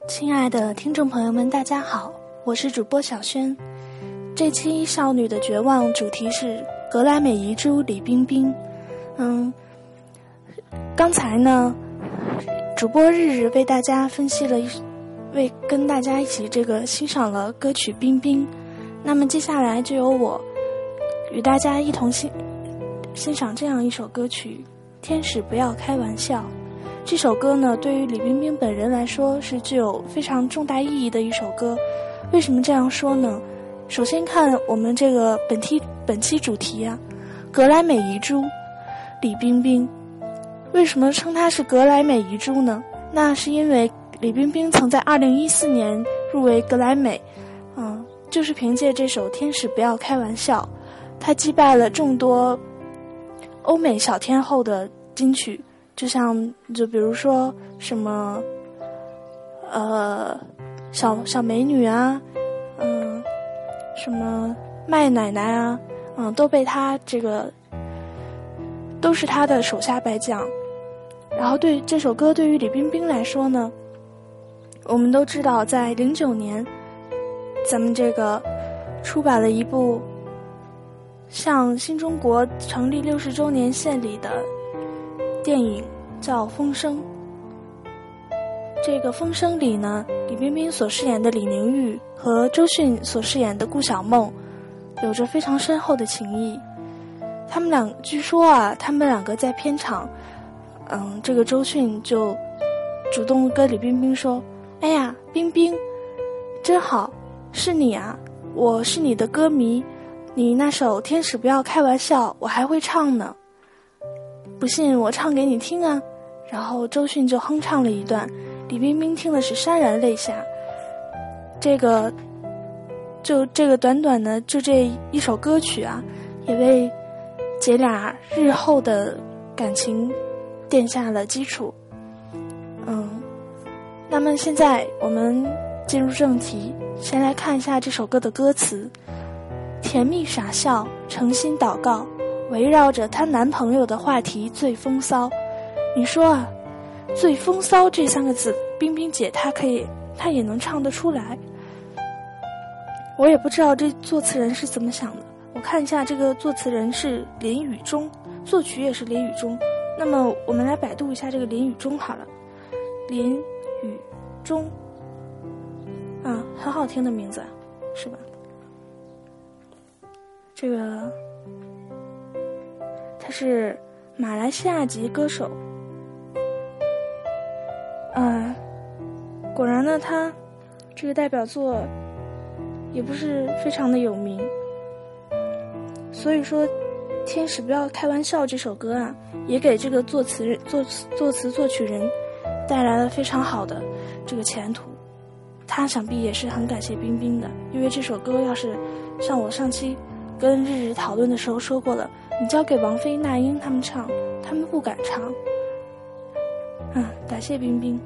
亲爱的听众朋友们，大家好，我是主播小轩。这期少女的绝望主题是格莱美遗珠李冰冰。刚才呢，主播日日为大家分析了跟大家一起欣赏了歌曲《冰冰》。那么接下来就由我与大家一同欣赏这样一首歌曲《天使不要开玩笑》。这首歌呢，对于李冰冰本人来说是具有非常重大意义的一首歌。为什么这样说呢？首先看我们这个本期主题啊，格莱美遗珠李冰冰。为什么称她是格莱美遗珠呢？那是因为李冰冰曾在2014年入围格莱美，就是凭借这首《天使不要开玩笑》，她击败了众多欧美小天后的金曲。就比如说什么小美女啊，什么麦奶奶啊，都被他都是他的手下败将。然后对这首歌对于李冰冰来说呢，我们都知道在09年咱们出版了一部向新中国成立60周年献礼的电影叫《风声》。这个《风声》里呢，李冰冰所饰演的李宁玉和周迅所饰演的顾小梦有着非常深厚的情谊。据说啊，他们两个在片场，这个周迅就主动跟李冰冰说：“哎呀，冰冰，真好，是你啊，我是你的歌迷，你那首《天使不要开玩笑》我还会唱呢。不信我唱给你听啊。”然后周迅就哼唱了一段，李冰冰听的是潸然泪下。这个短短的这一首歌曲啊，也为姐俩日后的感情奠下了基础。那么现在我们进入正题，先来看一下这首歌的歌词。甜蜜傻笑，诚心祷告，围绕着她男朋友的话题最风骚。你说啊，最风骚这3个字，冰冰姐她也能唱得出来。我也不知道这作词人是怎么想的。我看一下，这个作词人是林宇中，作曲也是林宇中。那么我们来百度一下这个林宇中好了。林宇中很好听的名字，是吧？他是马来西亚籍歌手。果然呢，他这个代表作也不是非常的有名。所以说，《天使不要开玩笑》这首歌啊，也给这个作词作曲人带来了非常好的这个前途。他想必也是很感谢冰冰的，因为这首歌要是像我上期跟日日讨论的时候说过了，你交给王菲、那英他们唱，他们不敢唱。感谢冰冰。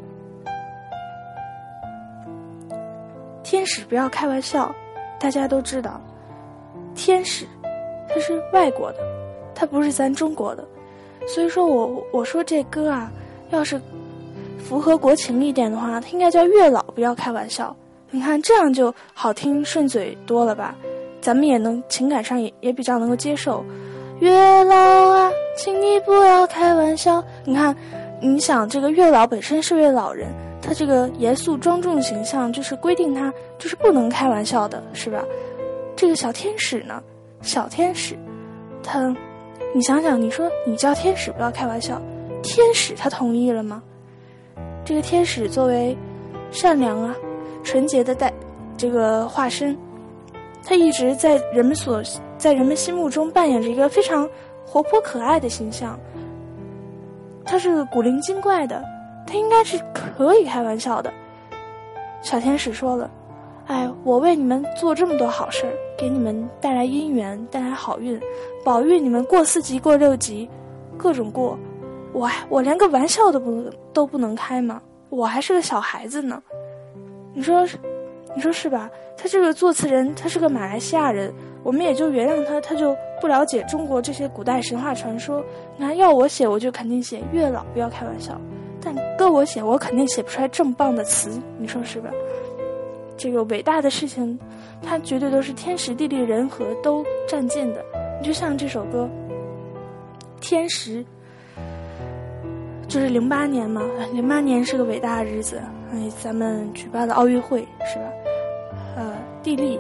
天使不要开玩笑，大家都知道，天使它是外国的，它不是咱中国的。所以说我说这歌啊，要是符合国情一点的话，它应该叫月老不要开玩笑。你看这样就好听顺嘴多了吧，咱们也能情感上也比较能够接受。月老啊，请你不要开玩笑。你看，你想这个月老本身是位老人，他这个严肃庄重形象就是规定他就是不能开玩笑的，是吧？这个小天使呢，小天使你想想，你说你叫天使不要开玩笑，天使他同意了吗？这个天使作为善良啊纯洁的这个化身，他一直在人们心目中扮演着一个非常活泼可爱的形象。他是个古灵精怪的，他应该是可以开玩笑的。小天使说了，我为你们做这么多好事儿，给你们带来姻缘，带来好运，保佑你们过4级过6级，各种过。我连个玩笑都不能开吗？我还是个小孩子呢。你说是吧？他这个作词人，他是个马来西亚人，我们也就原谅他就不了解中国这些古代神话传说。你看，要我写，我就肯定写月老不要开玩笑。 但搁我写，我肯定写不出来这么棒的词，你说是吧？这个伟大的事情，它绝对都是天时地利人和都占尽的。你就像这首歌，天时，就是08年嘛，08年是个伟大的日子，咱们举办了奥运会，是吧？地利，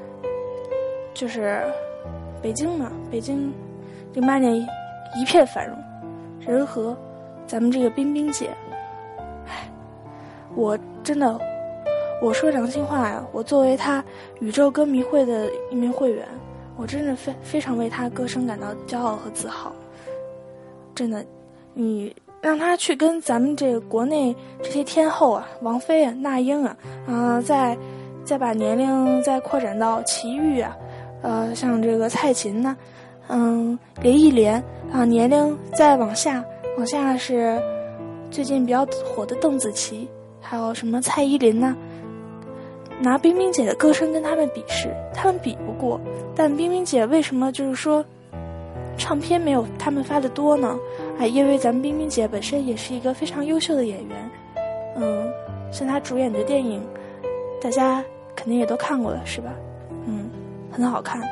就是北京嘛，北京08年一片繁荣，人和，咱们这个冰冰姐，我真的，我说良心话呀，我作为她宇宙歌迷会的一名会员，我真的非常为她歌声感到骄傲和自豪。真的，你让她去跟咱们这个国内这些天后啊，王菲啊、那英啊，再把年龄再扩展到齐豫啊，像这个蔡琴呢，林忆莲啊，年龄再往下是最近比较火的邓紫棋，还有什么蔡依林呢？拿冰冰姐的歌声跟他们比试，他们比不过。但冰冰姐为什么就是说唱片没有他们发的多呢？因为咱们冰冰姐本身也是一个非常优秀的演员，像她主演的电影，大家肯定也都看过了，是吧？很好看。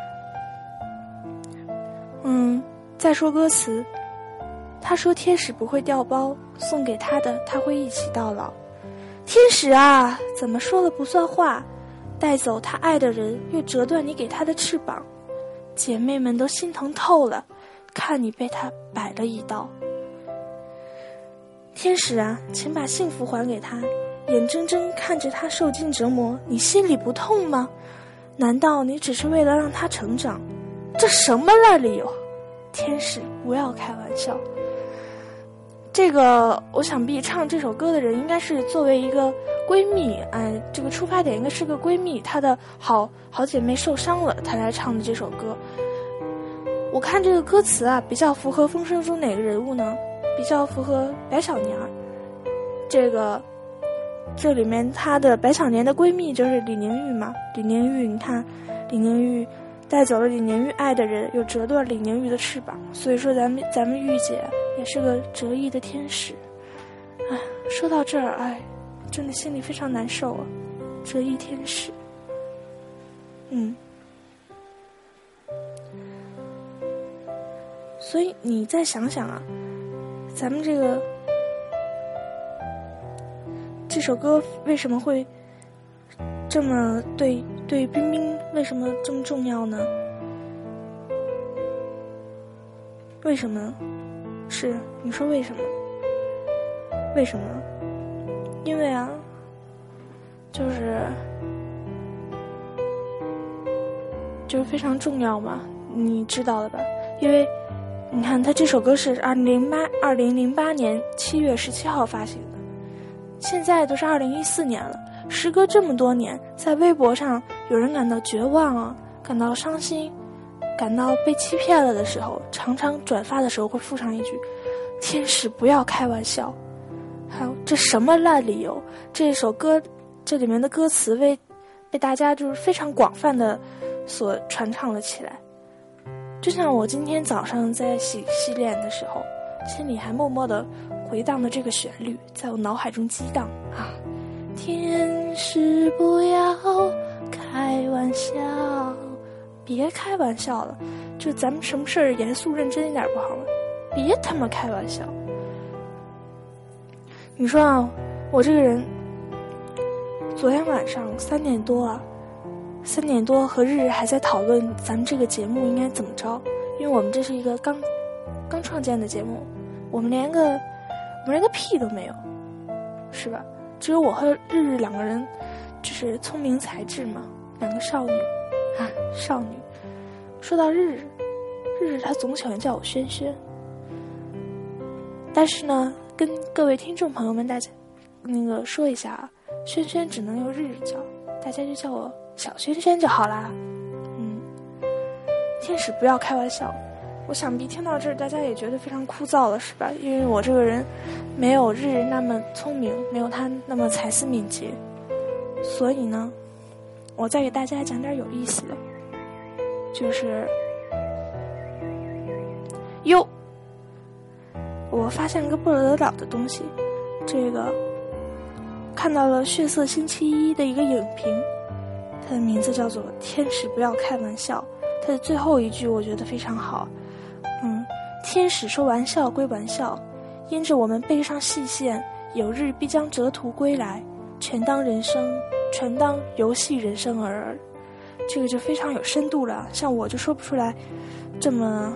再说歌词，他说天使不会掉包，送给他的他会一起到老。天使啊，怎么说了不算话，带走他爱的人，又折断你给他的翅膀。姐妹们都心疼透了，看你被他摆了一刀。天使啊，请把幸福还给他，眼睁睁看着他受尽折磨，你心里不痛吗？难道你只是为了让他成长？这什么烂理由？天使，不要开玩笑。这个我想必唱这首歌的人应该是作为一个闺蜜，这个出发点应该是个闺蜜，她的好姐妹受伤了，她来唱的这首歌。我看这个歌词啊，比较符合风声中哪个人物呢？比较符合白小年。这里面她的白小年的闺蜜就是李宁玉嘛。李宁玉，你看，李宁玉带走了李宁玉爱的人，又折断李宁玉的翅膀，所以说咱们玉姐也是个折翼的天使。说到这儿，真的心里非常难受啊，折翼天使。所以你再想想啊，咱们这首歌为什么会这么对冰冰为什么这么重要呢？为什么？是你说为什么？为什么？因为啊，就是非常重要嘛，你知道了吧？因为你看，他这首歌是2008年7月17号发行的，现在都是2014年了，时隔这么多年，在微博上有人感到绝望啊，感到伤心，感到被欺骗了的时候，常常转发的时候会附上一句：“天使不要开玩笑。”还有这什么烂理由？这首歌这里面的歌词被大家就是非常广泛的所传唱了起来。就像我今天早上在洗脸的时候，心里还默默的回荡的这个旋律在我脑海中激荡啊！天使不要开玩笑，别开玩笑了，就咱们什么事儿严肃认真一点不好吗？别他妈开玩笑！你说啊，我这个人昨天晚上3点多和日日还在讨论咱们这个节目应该怎么着，因为我们这是一个刚创建的节目，我们连个屁都没有，是吧？只有我和日日2个人，就是聪明才智嘛，2个少女啊，少女。说到日日她总喜欢叫我轩轩，但是呢，跟各位听众朋友们大家说一下啊，轩轩只能由日日叫，大家就叫我小轩轩就好啦。天使不要开玩笑。我想必听到这儿大家也觉得非常枯燥了，是吧？因为我这个人没有日日那么聪明，没有他那么才思敏捷，所以呢，我再给大家讲点有意思的，就是我发现了个不得了的东西，这个看到了《血色星期一》的一个影评，它的名字叫做《天使不要开玩笑》，它的最后一句我觉得非常好。天使说玩笑归玩笑，因着我们背上细线，有日必将折途归来，全当游戏人生而。这个就非常有深度了，像我就说不出来这么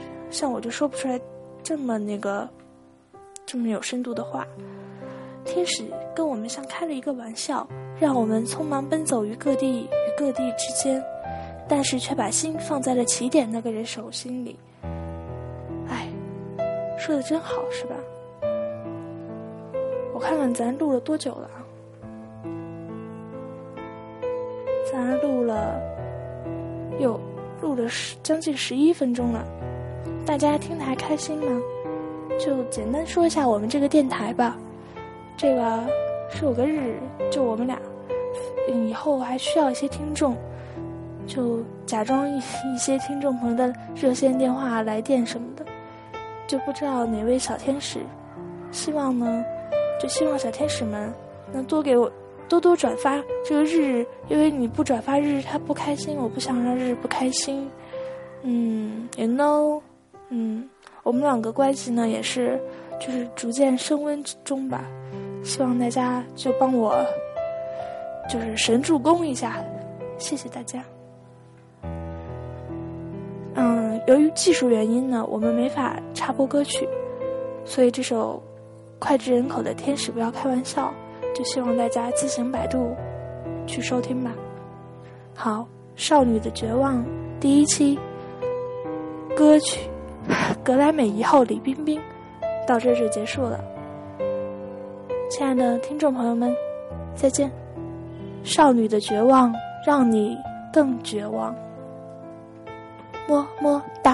有深度的话。天使跟我们像开了一个玩笑，让我们匆忙奔走于各地与各地之间，但是却把心放在了起点那个人手心里。说的真好，是吧？我看看咱录了多久了啊？咱录了将近11分钟了，大家听得还开心吗？就简单说一下我们这个电台吧。这个是有个日，就我们俩，以后还需要一些听众，就假装一些听众朋友的热线电话来电什么的，就不知道哪位小天使，希望小天使们能多给我多转发这个日，因为你不转发日他不开心，我不想让日不开心。you know， 我们两个关系呢也是就是逐渐升温中吧，希望大家就帮我就是神助攻一下，谢谢大家。由于技术原因呢，我们没法插播歌曲，所以这首脍炙人口的《天使不要开玩笑》就希望大家自行百度去收听吧。好，少女的绝望第1期歌曲格莱美1号李冰冰到这就结束了。亲爱的听众朋友们，再见。少女的绝望让你更绝望，么么哒。